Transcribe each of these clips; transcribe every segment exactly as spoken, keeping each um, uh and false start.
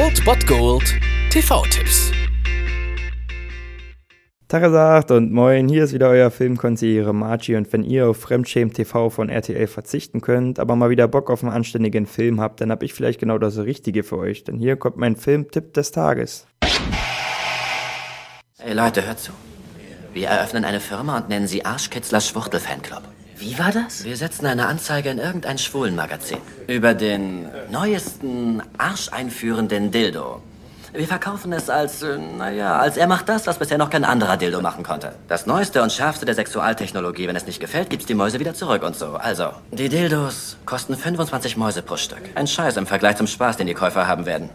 Old Bot Gold T V-Tipps. Tagesacht und moin, hier ist wieder euer Filmkonsigliere Margie und wenn ihr auf Fremdschämen T V von R T L verzichten könnt, aber mal wieder Bock auf einen anständigen Film habt, dann hab ich vielleicht genau das Richtige für euch, denn hier kommt mein Filmtipp des Tages. Hey Leute, hört zu. Wir eröffnen eine Firma und nennen sie Arschkitzler Schwuchtel-Fanclub. Wie war das? Wir setzen eine Anzeige in irgendein Schwulenmagazin über den neuesten arscheinführenden Dildo. Wir verkaufen es als, äh, naja, als er macht das, was bisher noch kein anderer Dildo machen konnte. Das Neueste und Schärfste der Sexualtechnologie. Wenn es nicht gefällt, gibt's die Mäuse wieder zurück und so. Also, die Dildos kosten fünfundzwanzig Mäuse pro Stück. Ein Scheiß im Vergleich zum Spaß, den die Käufer haben werden.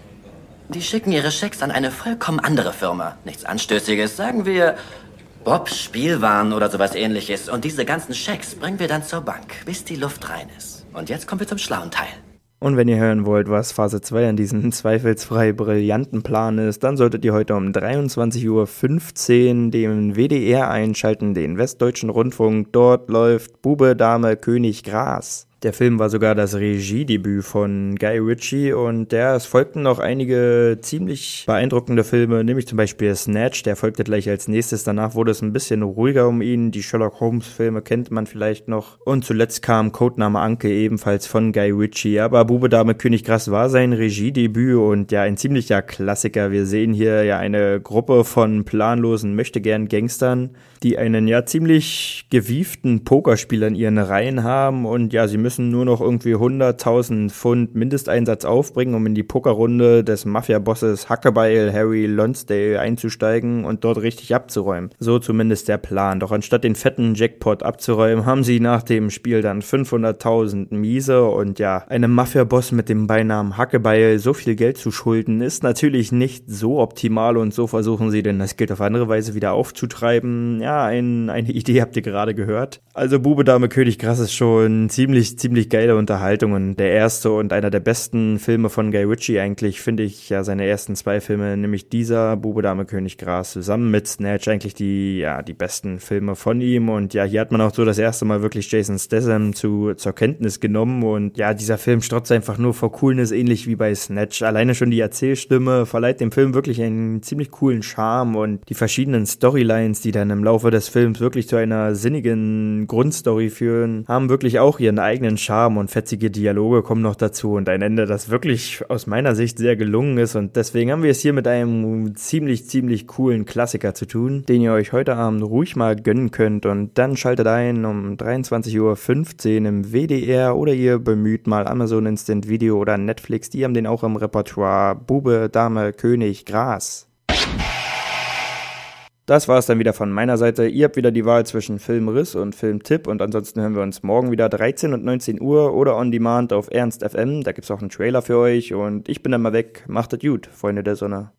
Die schicken ihre Schecks an eine vollkommen andere Firma. Nichts Anstößiges, sagen wir Bobs Spielwaren oder sowas ähnliches. Und diese ganzen Schecks bringen wir dann zur Bank, bis die Luft rein ist. Und jetzt kommen wir zum schlauen Teil. Und wenn ihr hören wollt, was Phase zwei an diesem zweifelsfrei brillanten Plan ist, dann solltet ihr heute um dreiundzwanzig Uhr fünfzehn den W D R einschalten, den Westdeutschen Rundfunk. Dort läuft Bube, Dame, König, Gras. Der Film war sogar das Regiedebüt von Guy Ritchie und ja, es folgten noch einige ziemlich beeindruckende Filme, nämlich zum Beispiel Snatch, der folgte gleich als nächstes. Danach wurde es ein bisschen ruhiger um ihn, die Sherlock Holmes Filme kennt man vielleicht noch. Und zuletzt kam Codename Anke, ebenfalls von Guy Ritchie. Aber Bube, Dame, König, Gras war sein Regiedebüt und ja, ein ziemlicher Klassiker. Wir sehen hier ja eine Gruppe von planlosen Möchtegern-Gangstern, die einen ja ziemlich gewieften Pokerspieler in ihren Reihen haben und ja, sie müssen nur noch irgendwie hunderttausend Pfund Mindesteinsatz aufbringen, um in die Pokerrunde des Mafia-Bosses Huckabeil Harry Lonsdale einzusteigen und dort richtig abzuräumen. So zumindest der Plan. Doch anstatt den fetten Jackpot abzuräumen, haben sie nach dem Spiel dann fünfhunderttausend Miese und ja, einem Mafia-Boss mit dem Beinamen Huckabeil so viel Geld zu schulden, ist natürlich nicht so optimal und so versuchen sie denn das Geld auf andere Weise wieder aufzutreiben. Ja, ein, eine Idee habt ihr gerade gehört. Also Bube, Dame, König, Gras ist schon ziemlich, ziemlich geile Unterhaltung und der erste und einer der besten Filme von Guy Ritchie eigentlich, finde ich, ja, seine ersten zwei Filme, nämlich dieser Bube, Dame, König, Gras, zusammen mit Snatch eigentlich die, ja, die besten Filme von ihm und ja, hier hat man auch so das erste Mal wirklich Jason Statham zu, zur Kenntnis genommen und ja, dieser Film strotzt einfach nur vor Coolness, ähnlich wie bei Snatch. Alleine schon die Erzählstimme verleiht dem Film wirklich einen ziemlich coolen Charme und die verschiedenen Storylines, die dann im Laufe des Films wirklich zu einer sinnigen Grundstory führen, haben wirklich auch ihren eigenen Charme und fetzige Dialoge kommen noch dazu und ein Ende, das wirklich aus meiner Sicht sehr gelungen ist und deswegen haben wir es hier mit einem ziemlich, ziemlich coolen Klassiker zu tun, den ihr euch heute Abend ruhig mal gönnen könnt und dann schaltet ein um dreiundzwanzig Uhr fünfzehn im W D R oder ihr bemüht mal Amazon Instant Video oder Netflix, die haben den auch im Repertoire. Bube, Dame, König, Gras. Das war es dann wieder von meiner Seite. Ihr habt wieder die Wahl zwischen Filmriss und Filmtipp und ansonsten hören wir uns morgen wieder dreizehn und neunzehn Uhr oder on demand auf Ernst F M. Da gibt's auch einen Trailer für euch und ich bin dann mal weg. Macht es gut, Freunde der Sonne.